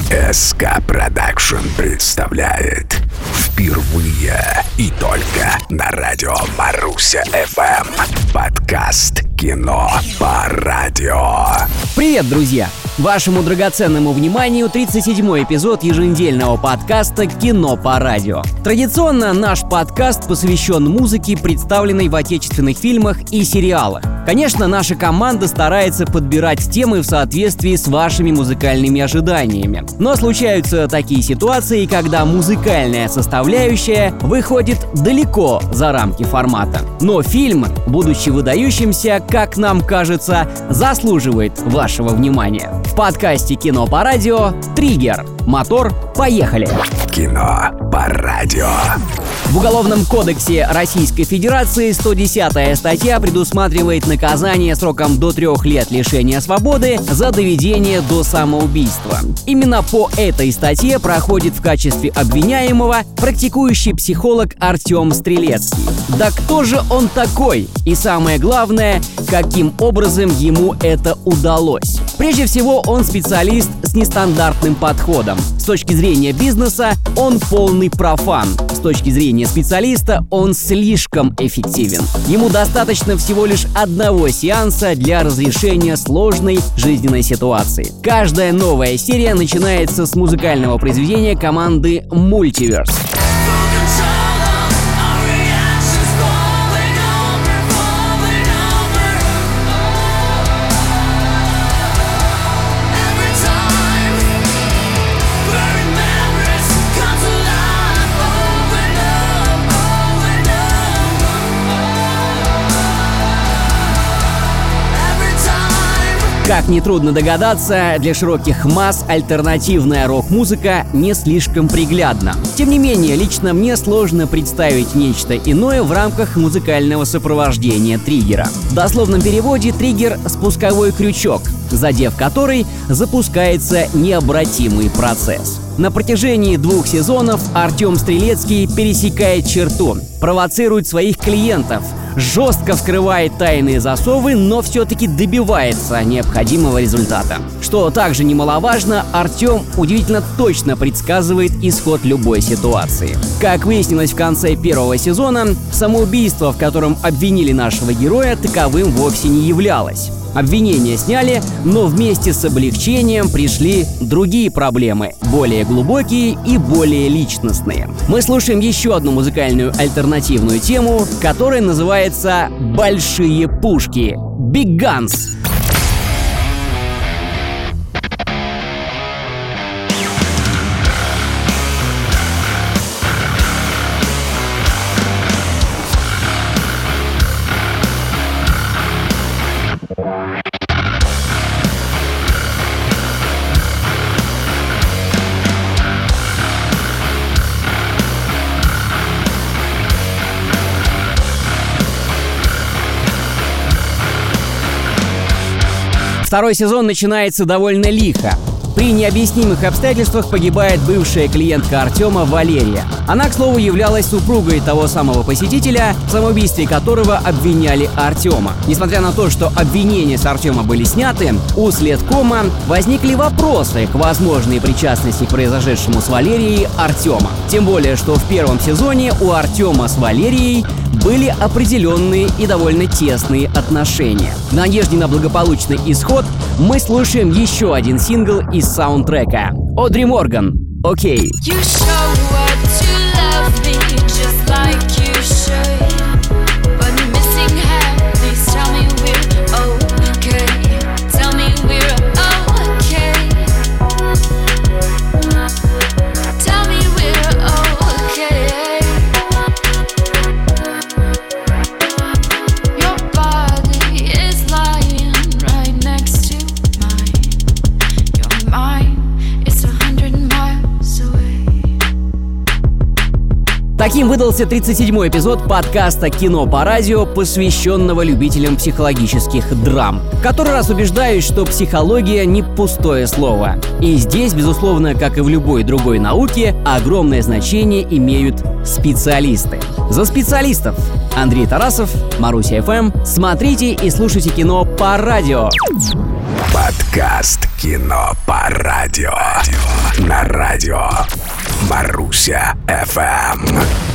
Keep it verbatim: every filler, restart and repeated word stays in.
эс ка Production представляет впервые и только на радио Маруся эф эм подкаст «Кино по радио». Привет, друзья! Вашему драгоценному вниманию тридцать седьмой эпизод еженедельного подкаста «Кино по радио». Традиционно наш подкаст посвящен музыке, представленной в отечественных фильмах и сериалах. Конечно, наша команда старается подбирать темы в соответствии с вашими музыкальными ожиданиями. Но случаются такие ситуации, когда музыкальная составляющая выходит далеко за рамки формата. Но фильм, будучи выдающимся, как нам кажется, заслуживает вашего внимания. В подкасте «Кино по радио» «Триггер». Мотор, поехали! Кино по радио. В Уголовном кодексе Российской Федерации сто десятая статья предусматривает наказание сроком до трех лет лишения свободы за доведение до самоубийства. Именно по этой статье проходит в качестве обвиняемого практикующий психолог Артем Стрелецкий. Да кто же он такой? И самое главное, каким образом ему это удалось? Прежде всего, он специалист с нестандартным подходом. С точки зрения бизнеса он полный профан. С точки зрения специалиста он слишком эффективен. Ему достаточно всего лишь одного сеанса для разрешения сложной жизненной ситуации. Каждая новая серия начинается с музыкального произведения команды Multiverse. Как нетрудно догадаться, для широких масс альтернативная рок-музыка не слишком приглядна. Тем не менее, лично мне сложно представить нечто иное в рамках музыкального сопровождения триггера. В дословном переводе триггер — спусковой крючок, задев который запускается необратимый процесс. На протяжении двух сезонов Артем Стрелецкий пересекает черту, провоцирует своих клиентов, жестко вскрывает тайные засовы, но все-таки добивается необходимого результата. Что также немаловажно, Артем удивительно точно предсказывает исход любой ситуации. Как выяснилось в конце первого сезона, самоубийство, в котором обвинили нашего героя, таковым вовсе не являлось. Обвинения сняли, но вместе с облегчением пришли другие проблемы, более глубокие и более личностные. Мы слушаем еще одну музыкальную альтернативную тему, которая называется «Большие пушки» — Big Guns. Второй сезон начинается довольно лихо. При необъяснимых обстоятельствах погибает бывшая клиентка Артема Валерия. Она, к слову, являлась супругой того самого посетителя, в самоубийстве которого обвиняли Артема. Несмотря на то, что обвинения с Артема были сняты, у следкома возникли вопросы к возможной причастности к произошедшему с Валерией Артема. Тем более, что в первом сезоне у Артема с Валерией были определенные и довольно тесные отношения. В надежде на благополучный исход мы слушаем еще один сингл из саундтрека. Одри Морган «Окей». Таким выдался тридцать седьмой эпизод подкаста «Кино по радио», посвященного любителям психологических драм. В который раз убеждаюсь, что психология не пустое слово. И здесь, безусловно, как и в любой другой науке, огромное значение имеют специалисты. За специалистов! Андрей Тарасов, Маруся эф эм. Смотрите и слушайте кино по радио. Подкаст «Кино по радио» на радио Маруся эф эм.